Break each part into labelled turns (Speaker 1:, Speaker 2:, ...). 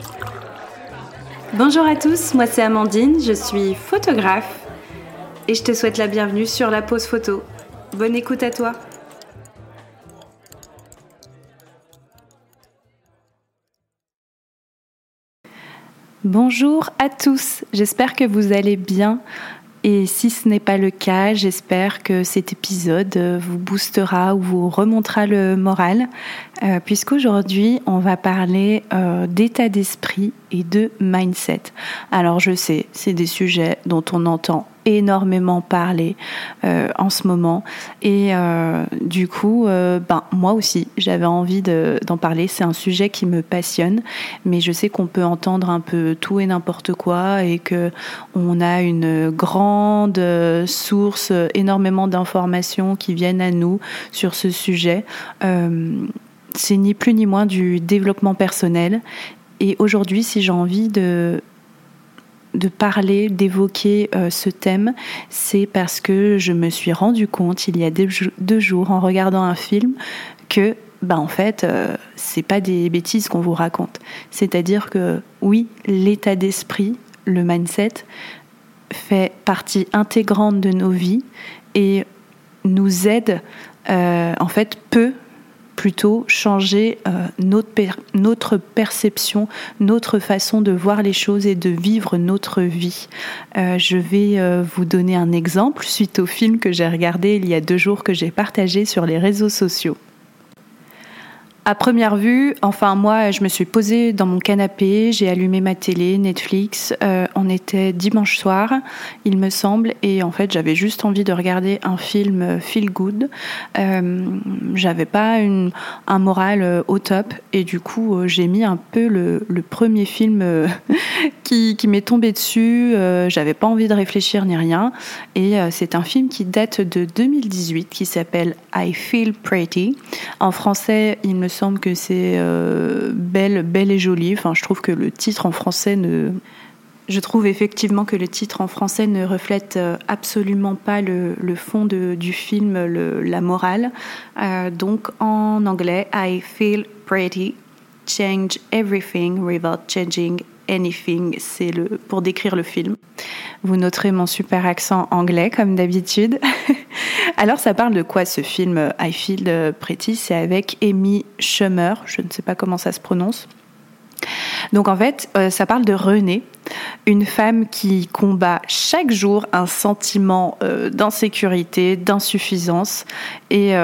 Speaker 1: Bonjour à tous, moi c'est Amandine, je suis photographe et je te souhaite la bienvenue sur La Pause Photo. Bonne écoute à toi. Bonjour à tous, j'espère que vous allez bien. Et si ce n'est pas le cas, j'espère que cet épisode vous boostera ou vous remontera le moral, puisqu'aujourd'hui, on va parler d'état d'esprit et de mindset. Alors je sais, c'est des sujets dont on entend énormément parler en ce moment et du coup moi aussi j'avais envie d'en parler. C'est un sujet qui me passionne, mais je sais qu'on peut entendre un peu tout et n'importe quoi et que on a une grande source, énormément d'informations qui viennent à nous sur ce sujet. C'est ni plus ni moins du développement personnel. Et aujourd'hui, si j'ai envie de parler, d'évoquer ce thème, c'est parce que je me suis rendu compte il y a 2 jours en regardant un film que en fait c'est pas des bêtises qu'on vous raconte. C'est-à-dire que oui, l'état d'esprit, le mindset fait partie intégrante de nos vies et nous aide, en fait peut plutôt changer notre perception, notre façon de voir les choses et de vivre notre vie. Je vais vous donner un exemple suite au film que j'ai regardé il y a 2 jours, que j'ai partagé sur les réseaux sociaux. À première vue, moi, je me suis posée dans mon canapé, j'ai allumé ma télé, Netflix. On était dimanche soir, il me semble, et en fait, j'avais juste envie de regarder un film feel good. J'avais pas un moral au top, et du coup, j'ai mis un peu le premier film qui m'est tombé dessus. J'avais pas envie de réfléchir ni rien, et c'est un film qui date de 2018, qui s'appelle I Feel Pretty. En français, il me semble que c'est belle et jolie. Enfin, je trouve que le titre en français Je trouve effectivement que le titre en français ne reflète absolument pas le fond du film, la morale. Donc en anglais, I feel pretty, change everything without changing anything. C'est pour décrire le film. Vous noterez mon super accent anglais comme d'habitude. Alors ça parle de quoi ce film I Feel Pretty? C'est avec Amy Schumer, je ne sais pas comment ça se prononce. Donc en fait, ça parle de Renée, une femme qui combat chaque jour un sentiment d'insécurité, d'insuffisance et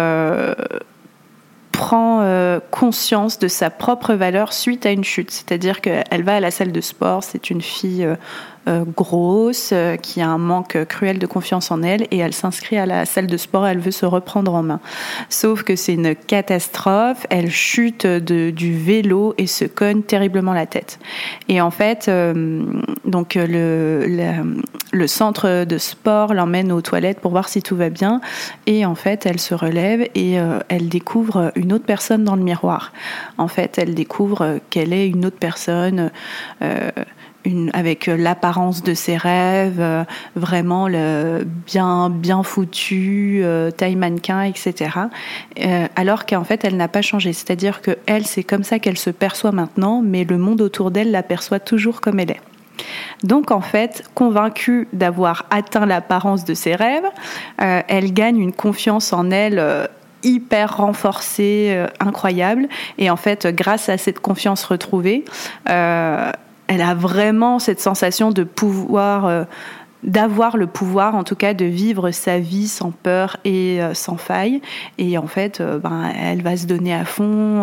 Speaker 1: prend conscience de sa propre valeur suite à une chute. C'est-à-dire qu'elle va à la salle de sport, c'est une fille grosse, qui a un manque cruel de confiance en elle, et elle s'inscrit à la salle de sport, elle veut se reprendre en main. Sauf que c'est une catastrophe, elle chute du vélo et se cogne terriblement la tête. Et en fait, donc le centre de sport l'emmène aux toilettes pour voir si tout va bien, et en fait, elle se relève et elle découvre une autre personne dans le miroir. En fait, elle découvre qu'elle est une autre personne, avec l'apparence de ses rêves, vraiment bien foutu, taille mannequin, etc. Alors qu'en fait, elle n'a pas changé. C'est-à-dire que elle, c'est comme ça qu'elle se perçoit maintenant, mais le monde autour d'elle la perçoit toujours comme elle est. Donc en fait, convaincue d'avoir atteint l'apparence de ses rêves, elle gagne une confiance en elle hyper renforcée, incroyable. Et en fait, grâce à cette confiance retrouvée, elle a vraiment cette sensation de pouvoir, d'avoir le pouvoir, en tout cas, de vivre sa vie sans peur et sans faille. Et en fait, elle va se donner à fond.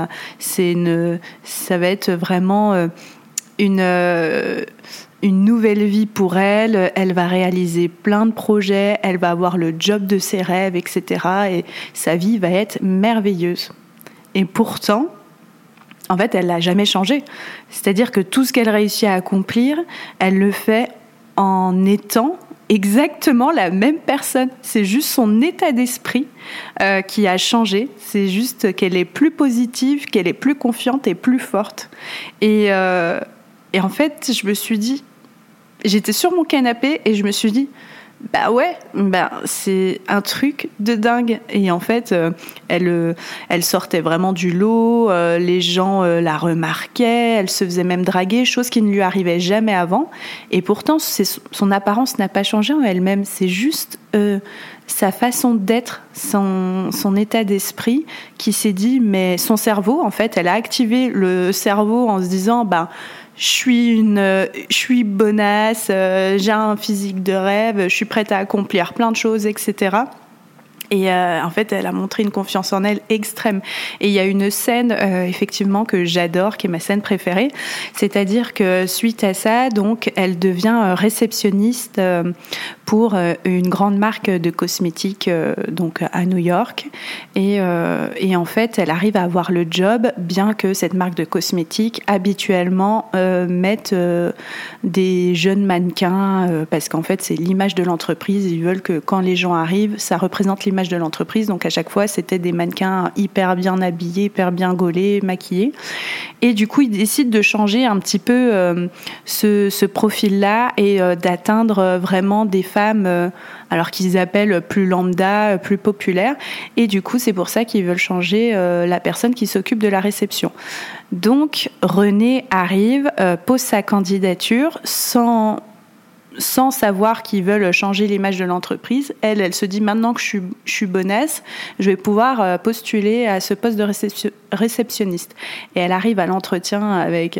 Speaker 1: Ça va être vraiment une nouvelle vie pour elle. Elle va réaliser plein de projets. Elle va avoir le job de ses rêves, etc. Et sa vie va être merveilleuse. Et pourtant, en fait, elle n'a jamais changé. C'est-à-dire que tout ce qu'elle réussit à accomplir, elle le fait en étant exactement la même personne. C'est juste son état d'esprit qui a changé. C'est juste qu'elle est plus positive, qu'elle est plus confiante et plus forte. Et en fait, je me suis dit... J'étais sur mon canapé et je me suis dit... Bah ouais, c'est un truc de dingue. Et en fait, elle sortait vraiment du lot, les gens la remarquaient, elle se faisait même draguer, chose qui ne lui arrivait jamais avant. Et pourtant, son apparence n'a pas changé en elle-même, c'est juste sa façon d'être, son état d'esprit qui s'est dit, mais son cerveau, en fait, elle a activé le cerveau en se disant, je suis bonasse, j'ai un physique de rêve, je suis prête à accomplir plein de choses, etc. Et en fait, elle a montré une confiance en elle extrême. Et il y a une scène, effectivement, que j'adore, qui est ma scène préférée. C'est-à-dire que suite à ça, donc, elle devient réceptionniste pour une grande marque de cosmétiques, donc à New York. Et en fait, elle arrive à avoir le job, bien que cette marque de cosmétiques habituellement mette des jeunes mannequins, parce qu'en fait, c'est l'image de l'entreprise. Ils veulent que quand les gens arrivent, ça représente l'image de l'entreprise. Donc à chaque fois, c'était des mannequins hyper bien habillés, hyper bien gaulés, maquillés. Et du coup, ils décident de changer un petit peu ce profil-là et d'atteindre vraiment des femmes, alors qu'ils appellent plus lambda, plus populaires. Et du coup, c'est pour ça qu'ils veulent changer la personne qui s'occupe de la réception. Donc, René arrive, pose sa candidature sans savoir qu'ils veulent changer l'image de l'entreprise. Elle se dit, maintenant que je suis bonasse, je vais pouvoir postuler à ce poste de réceptionniste. Et elle arrive à l'entretien avec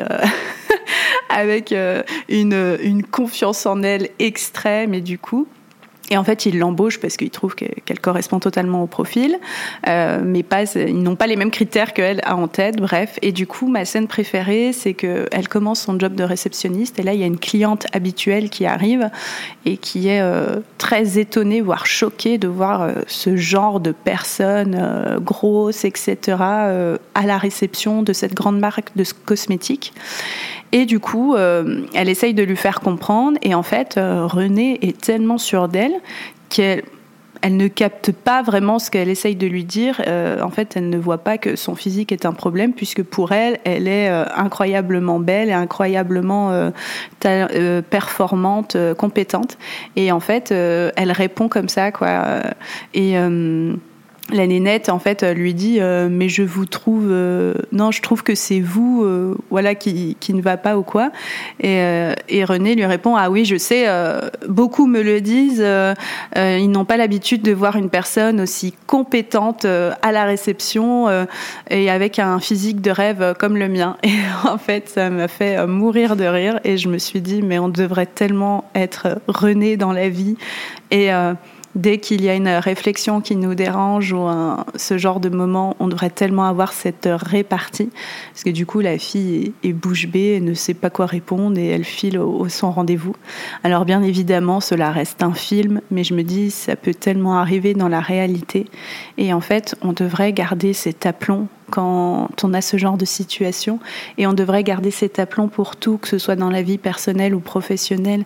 Speaker 1: une confiance en elle extrême, et du coup, et en fait, ils l'embauchent parce qu'ils trouvent qu'elle correspond totalement au profil, mais ils n'ont pas les mêmes critères qu'elle a en tête, bref. Et du coup, ma scène préférée, c'est qu'elle commence son job de réceptionniste, et là, il y a une cliente habituelle qui arrive et qui est très étonnée, voire choquée de voir ce genre de personnes grosses, etc., à la réception de cette grande marque de cosmétiques. Et du coup, elle essaye de lui faire comprendre. Et en fait, Renée est tellement sûre d'elle qu'elle ne capte pas vraiment ce qu'elle essaye de lui dire. En fait, elle ne voit pas que son physique est un problème, puisque pour elle, elle est incroyablement belle et incroyablement performante, compétente. Et en fait, elle répond comme ça, quoi. La nénette, en fait, lui dit mais je vous trouve non, je trouve que c'est vous voilà qui ne va pas ou quoi. Et René lui répond, ah oui, je sais, beaucoup me le disent, ils n'ont pas l'habitude de voir une personne aussi compétente à la réception et avec un physique de rêve comme le mien. Et en fait, ça m'a fait mourir de rire, et je me suis dit, mais on devrait tellement être René dans la vie. Et dès qu'il y a une réflexion qui nous dérange ou ce genre de moment, on devrait tellement avoir cette répartie, parce que du coup la fille est bouche bée, elle ne sait pas quoi répondre et elle file au son rendez-vous. Alors bien évidemment, cela reste un film, mais je me dis, ça peut tellement arriver dans la réalité, et en fait on devrait garder cet aplomb quand on a ce genre de situation, et on devrait garder cet aplomb pour tout, que ce soit dans la vie personnelle ou professionnelle.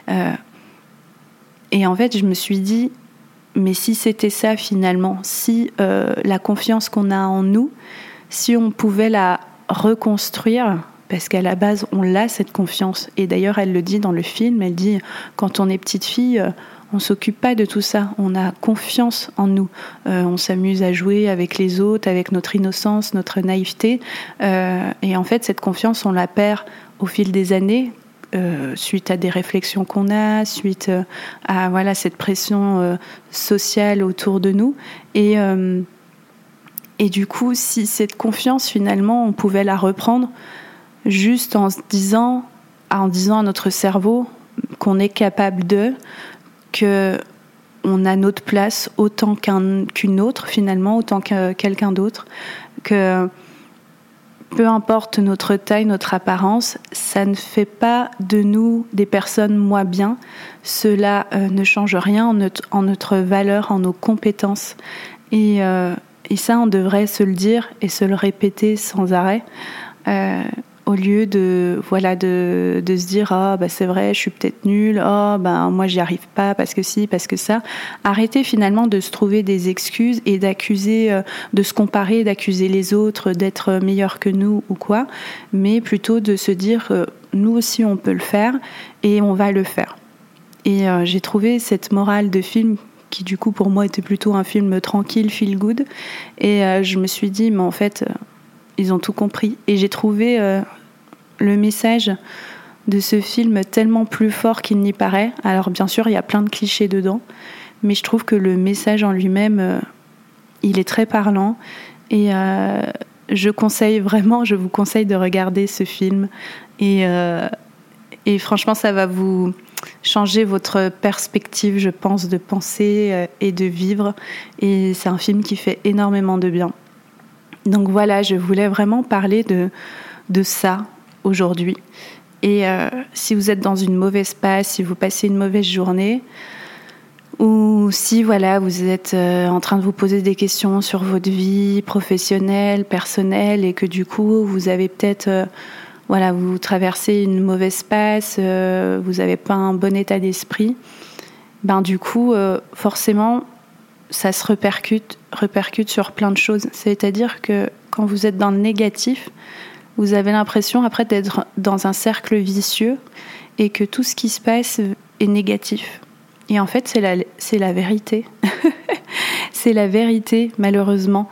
Speaker 1: Et en fait, je me suis dit, mais si c'était ça finalement, si la confiance qu'on a en nous, si on pouvait la reconstruire, parce qu'à la base, on l'a, cette confiance. Et d'ailleurs, elle le dit dans le film, elle dit, quand on est petite fille, on s'occupe pas de tout ça, on a confiance en nous. On s'amuse à jouer avec les autres, avec notre innocence, notre naïveté. Et en fait, cette confiance, on la perd au fil des années, suite à des réflexions qu'on a, suite à voilà, cette pression sociale autour de nous. Et du coup, si cette confiance, finalement, on pouvait la reprendre juste en disant à notre cerveau qu'on est capable qu'on a notre place autant qu'une autre, finalement, autant que quelqu'un d'autre, que peu importe notre taille, notre apparence, ça ne fait pas de nous des personnes moins bien. Cela ne change rien en notre valeur, en nos compétences. Et ça, on devrait se le dire et se le répéter sans arrêt, au lieu de se dire, c'est vrai, je suis peut-être nulle, moi j'y arrive pas parce que ci, parce que ça. Arrêtez finalement de se trouver des excuses et d'accuser, de se comparer, d'accuser les autres d'être meilleurs que nous ou quoi, mais plutôt de se dire, nous aussi on peut le faire et on va le faire. Et j'ai trouvé cette morale de film qui du coup pour moi était plutôt un film tranquille, feel good. Et je me suis dit, mais en fait, ils ont tout compris. Et j'ai trouvé le message de ce film tellement plus fort qu'il n'y paraît. Alors bien sûr, il y a plein de clichés dedans, mais je trouve que le message en lui-même, il est très parlant. Et je vous conseille de regarder ce film. Et franchement, ça va vous changer votre perspective, je pense, de penser et de vivre. Et c'est un film qui fait énormément de bien. Donc voilà, je voulais vraiment parler de ça aujourd'hui. Et si vous êtes dans une mauvaise passe, si vous passez une mauvaise journée, ou si voilà, vous êtes en train de vous poser des questions sur votre vie professionnelle, personnelle, et que du coup, vous avez peut-être... vous traversez une mauvaise passe, vous n'avez pas un bon état d'esprit, du coup, forcément, ça se répercute sur plein de choses. C'est-à-dire que quand vous êtes dans le négatif, vous avez l'impression après d'être dans un cercle vicieux et que tout ce qui se passe est négatif. Et en fait, c'est la vérité. C'est la vérité, malheureusement.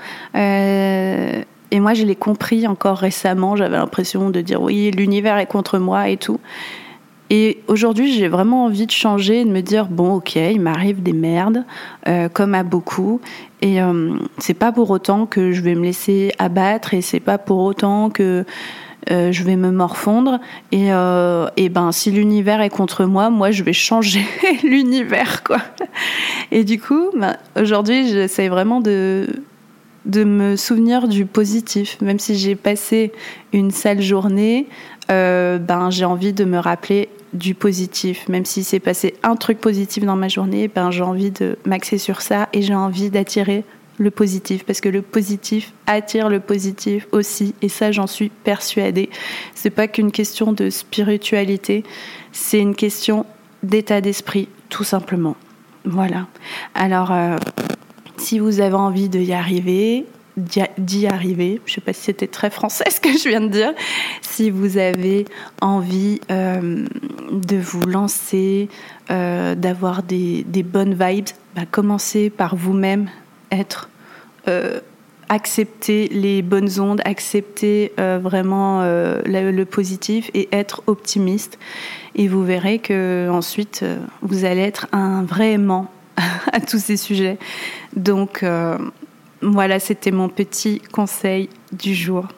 Speaker 1: Et moi, je l'ai compris encore récemment. J'avais l'impression de dire oui, l'univers est contre moi et tout. Et aujourd'hui, j'ai vraiment envie de changer et de me dire bon, ok, il m'arrive des merdes, comme à beaucoup. Et c'est pas pour autant que je vais me laisser abattre et c'est pas pour autant que je vais me morfondre. Et si l'univers est contre moi, moi, je vais changer l'univers, quoi. Et du coup, aujourd'hui, j'essaie vraiment de me souvenir du positif. Même si j'ai passé une sale journée, j'ai envie de me rappeler du positif. Même si c'est passé un truc positif dans ma journée, j'ai envie de m'axer sur ça et j'ai envie d'attirer le positif. Parce que le positif attire le positif aussi. Et ça, j'en suis persuadée. C'est pas qu'une question de spiritualité, c'est une question d'état d'esprit, tout simplement. Voilà. Alors... si vous avez envie d'y arriver, je ne sais pas si c'était très français ce que je viens de dire, si vous avez envie de vous lancer, d'avoir des bonnes vibes, commencez par vous-même, accepter les bonnes ondes, accepter vraiment le positif et être optimiste. Et vous verrez qu'ensuite, vous allez être un vrai aimant à tous ces sujets. Donc voilà, c'était mon petit conseil du jour.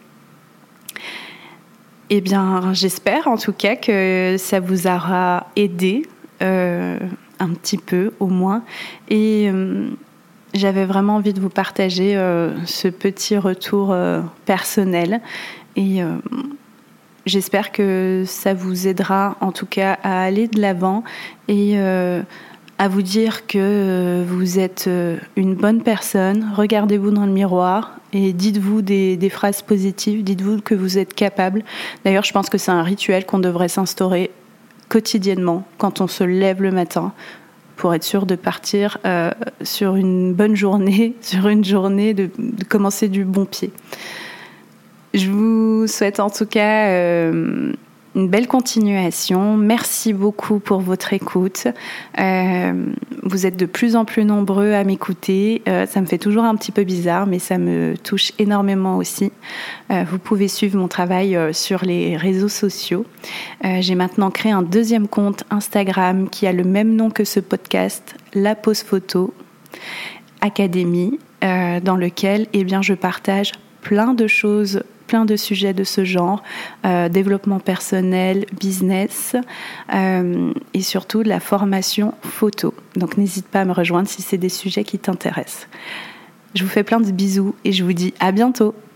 Speaker 1: Eh bien, j'espère en tout cas que ça vous aura aidé un petit peu au moins. Et j'avais vraiment envie de vous partager ce petit retour personnel. Et j'espère que ça vous aidera en tout cas à aller de l'avant et à vous dire que vous êtes une bonne personne. Regardez-vous dans le miroir et dites-vous des phrases positives, dites-vous que vous êtes capable. D'ailleurs, je pense que c'est un rituel qu'on devrait s'instaurer quotidiennement quand on se lève le matin pour être sûr de partir sur une bonne journée, sur une journée de commencer du bon pied. Je vous souhaite en tout cas une belle continuation. Merci beaucoup pour votre écoute. Vous êtes de plus en plus nombreux à m'écouter. Ça me fait toujours un petit peu bizarre, mais ça me touche énormément aussi. Vous pouvez suivre mon travail sur les réseaux sociaux. J'ai maintenant créé un deuxième compte Instagram qui a le même nom que ce podcast, La Pause Photo Académie, dans lequel je partage plein de choses, plein de sujets de ce genre, développement personnel, business et surtout de la formation photo. Donc n'hésite pas à me rejoindre si c'est des sujets qui t'intéressent. Je vous fais plein de bisous et je vous dis à bientôt.